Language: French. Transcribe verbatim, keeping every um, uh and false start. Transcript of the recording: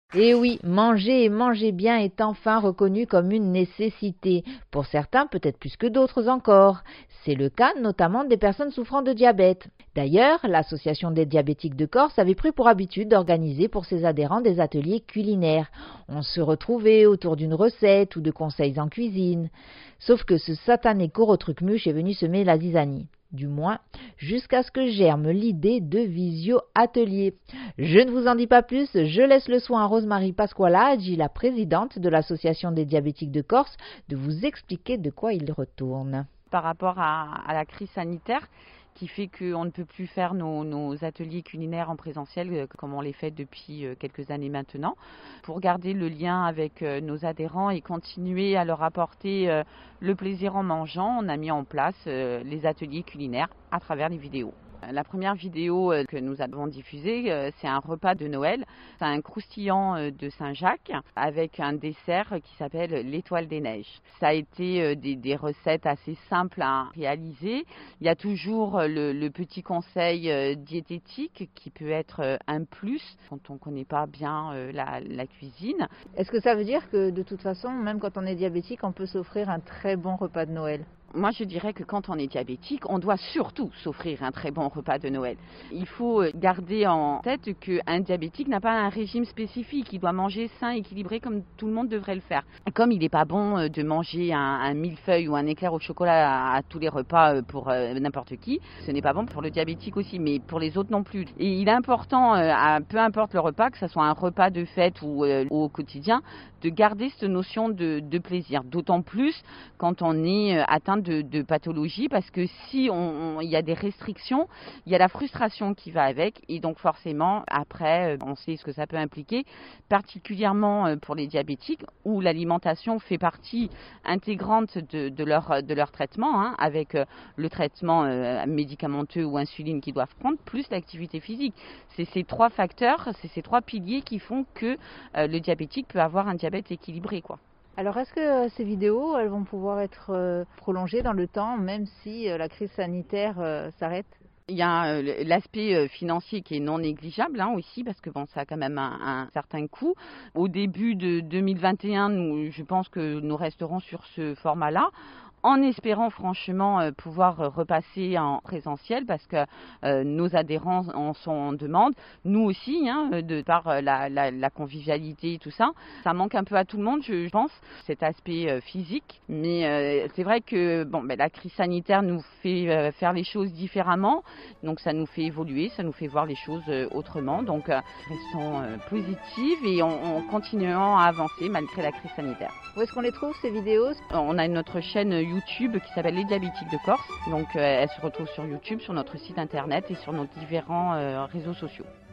Et oui, manger et manger bien est enfin reconnu comme une nécessité, pour certains peut-être plus que d'autres encore. C'est le cas notamment des personnes souffrant de diabète. D'ailleurs, l'Association des diabétiques de Corse avait pris pour habitude d'organiser pour ses adhérents des ateliers culinaires. On se retrouvait autour d'une recette ou de conseils en cuisine. Sauf que ce satané coro-truc-muche est venu semer la zizanie. Du moins, jusqu'à ce que germe l'idée de visio-atelier. Je ne vous en dis pas plus, je laisse le soin à Rosemarie Pasqualaggi, la présidente de l'Association des diabétiques de Corse, de vous expliquer de quoi il retourne. Par rapport à, à la crise sanitaire, qui fait qu'on ne peut plus faire nos, nos ateliers culinaires en présentiel comme on les fait depuis quelques années maintenant. Pour garder le lien avec nos adhérents et continuer à leur apporter le plaisir en mangeant, on a mis en place les ateliers culinaires à travers les vidéos. La première vidéo que nous avons diffusée, c'est un repas de Noël. C'est un croustillant de Saint-Jacques avec un dessert qui s'appelle l'étoile des neiges. Ça a été des, des recettes assez simples à réaliser. Il y a toujours le, le petit conseil diététique qui peut être un plus quand on ne connaît pas bien la, la cuisine. Est-ce que ça veut dire que de toute façon, même quand on est diabétique, on peut s'offrir un très bon repas de Noël ? Moi, je dirais que quand on est diabétique, on doit surtout s'offrir un très bon repas de Noël. Il faut garder en tête qu'un diabétique n'a pas un régime spécifique. Il doit manger sain, équilibré, comme tout le monde devrait le faire. Comme il n'est pas bon de manger un, un millefeuille ou un éclair au chocolat à, à tous les repas pour euh, n'importe qui, ce n'est pas bon pour le diabétique aussi, mais pour les autres non plus. Et il est important, euh, à, peu importe le repas, que ce soit un repas de fête ou euh, au quotidien, de garder cette notion de, de plaisir. D'autant plus quand on est atteint De, de pathologie, parce que si on, on, il y a des restrictions, il y a la frustration qui va avec, et donc forcément après on sait ce que ça peut impliquer, particulièrement pour les diabétiques où l'alimentation fait partie intégrante de, de, leur, de leur traitement, hein, avec le traitement euh, médicamenteux ou insuline qu'ils doivent prendre, plus l'activité physique. C'est ces trois facteurs, c'est ces trois piliers qui font que euh, le diabétique peut avoir un diabète équilibré, quoi. Alors, est-ce que ces vidéos, elles vont pouvoir être euh, prolongées dans le temps, même si euh, la crise sanitaire euh, s'arrête ? Il y a euh, l'aspect financier qui est non négligeable hein, aussi, parce que bon, ça a quand même un, un certain coût. Au début de deux mille vingt et un, nous, je pense que nous resterons sur ce format-là, en espérant franchement euh, pouvoir euh, repasser en présentiel, parce que euh, nos adhérents en sont en demande, nous aussi, hein, de par euh, la, la, la convivialité et tout ça. Ça manque un peu à tout le monde, je pense, cet aspect euh, physique, mais euh, c'est vrai que bon, ben, la crise sanitaire nous fait euh, faire les choses différemment, donc ça nous fait évoluer, ça nous fait voir les choses euh, autrement, donc euh, restons euh, positifs et on, on continuons à avancer malgré la crise sanitaire. Où est-ce qu'on les trouve, ces vidéos ? On a notre chaîne YouTube qui s'appelle Les Diabétiques de Corse. Donc euh, elle se retrouve sur YouTube, sur notre site internet et sur nos différents euh, réseaux sociaux.